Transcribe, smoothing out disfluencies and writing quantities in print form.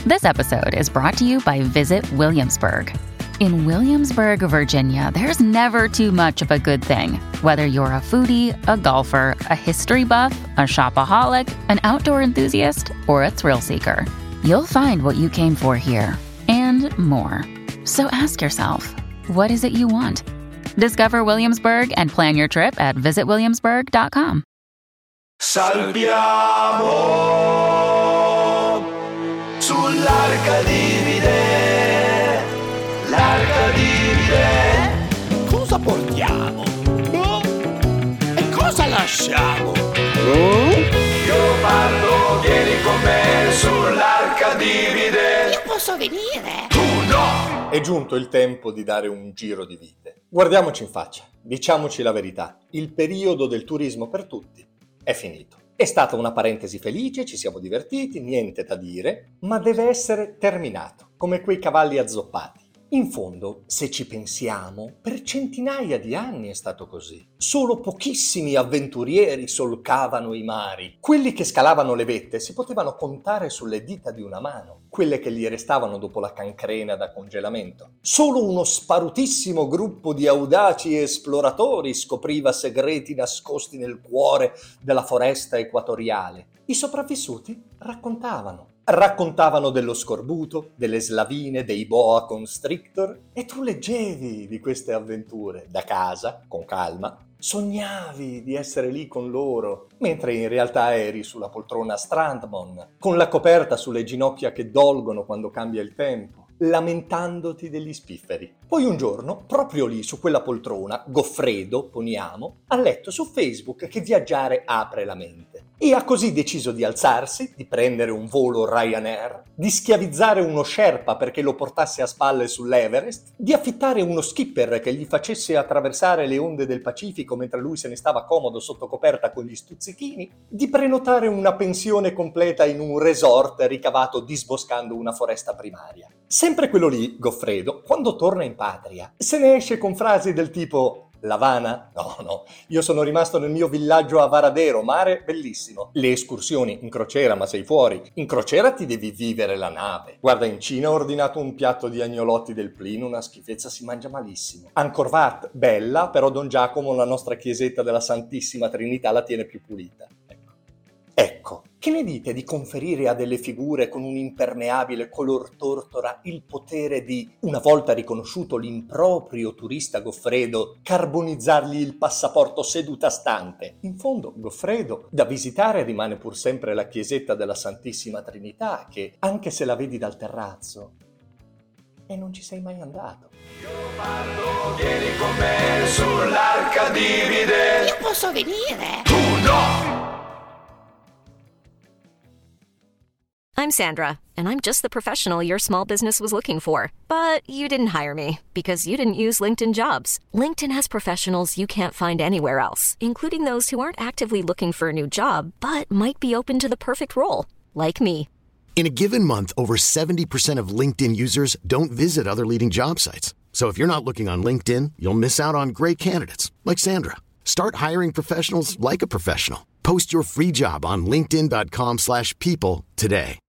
This episode is brought to you by Visit Williamsburg. In Williamsburg, Virginia, there's never too much of a good thing. Whether you're a foodie, a golfer, a history buff, a shopaholic, an outdoor enthusiast, or a thrill seeker, you'll find what you came for here and more. So ask yourself, what is it you want? Discover Williamsburg and plan your trip at visitwilliamsburg.com. Salviamo sull'Arcadivide, l'Arcadivide. Cosa portiamo? E cosa lasciamo? Leopardo, vieni con me sull'Arcadivide. Io posso venire? Tu no! È giunto il tempo di dare un giro di vite. Guardiamoci in faccia, diciamoci la verità. Il periodo del turismo per tutti è finito. È stata una parentesi felice, ci siamo divertiti, niente da dire, ma deve essere terminato, come quei cavalli azzoppati. In fondo, se ci pensiamo, per centinaia di anni è stato così. Solo pochissimi avventurieri solcavano i mari. Quelli che scalavano le vette si potevano contare sulle dita di una mano, quelle che gli restavano dopo la cancrena da congelamento. Solo uno sparutissimo gruppo di audaci esploratori scopriva segreti nascosti nel cuore della foresta equatoriale. I sopravvissuti raccontavano dello scorbuto, delle slavine, dei boa constrictor, e tu leggevi di queste avventure da casa, con calma, sognavi di essere lì con loro, mentre in realtà eri sulla poltrona Strandmon, con la coperta sulle ginocchia che dolgono quando cambia il tempo, lamentandoti degli spifferi. Poi un giorno, proprio lì su quella poltrona, Goffredo, poniamo, ha letto su Facebook che viaggiare apre la mente. E ha così deciso di alzarsi, di prendere un volo Ryanair, di schiavizzare uno Sherpa perché lo portasse a spalle sull'Everest, di affittare uno skipper che gli facesse attraversare le onde del Pacifico mentre lui se ne stava comodo sotto coperta con gli stuzzichini, di prenotare una pensione completa in un resort ricavato disboscando una foresta primaria. Sempre quello lì, Goffredo, quando torna in patria, se ne esce con frasi del tipo: L'Havana? No, io sono rimasto nel mio villaggio a Varadero, mare bellissimo. Le escursioni in crociera, ma sei fuori. In crociera ti devi vivere la nave. Guarda, in Cina ho ordinato un piatto di agnolotti del Plino, una schifezza, si mangia malissimo. Angkor Wat, bella, però Don Giacomo, la nostra chiesetta della Santissima Trinità, la tiene più pulita. Ecco, che ne dite di conferire a delle figure con un impermeabile color tortora il potere di, una volta riconosciuto l'improprio turista Goffredo, carbonizzargli il passaporto seduta stante? In fondo, Goffredo, da visitare rimane pur sempre la chiesetta della Santissima Trinità, che, anche se la vedi dal terrazzo, e non ci sei mai andato. Leopardo, vieni con me sull'Arcadivide. Io posso venire? Tu no! I'm Sandra, and I'm just the professional your small business was looking for. But you didn't hire me because you didn't use LinkedIn Jobs. LinkedIn has professionals you can't find anywhere else, including those who aren't actively looking for a new job, but might be open to the perfect role, like me. In a given month, over 70% of LinkedIn users don't visit other leading job sites. So if you're not looking on LinkedIn, you'll miss out on great candidates like Sandra. Start hiring professionals like a professional. Post your free job on linkedin.com/people today.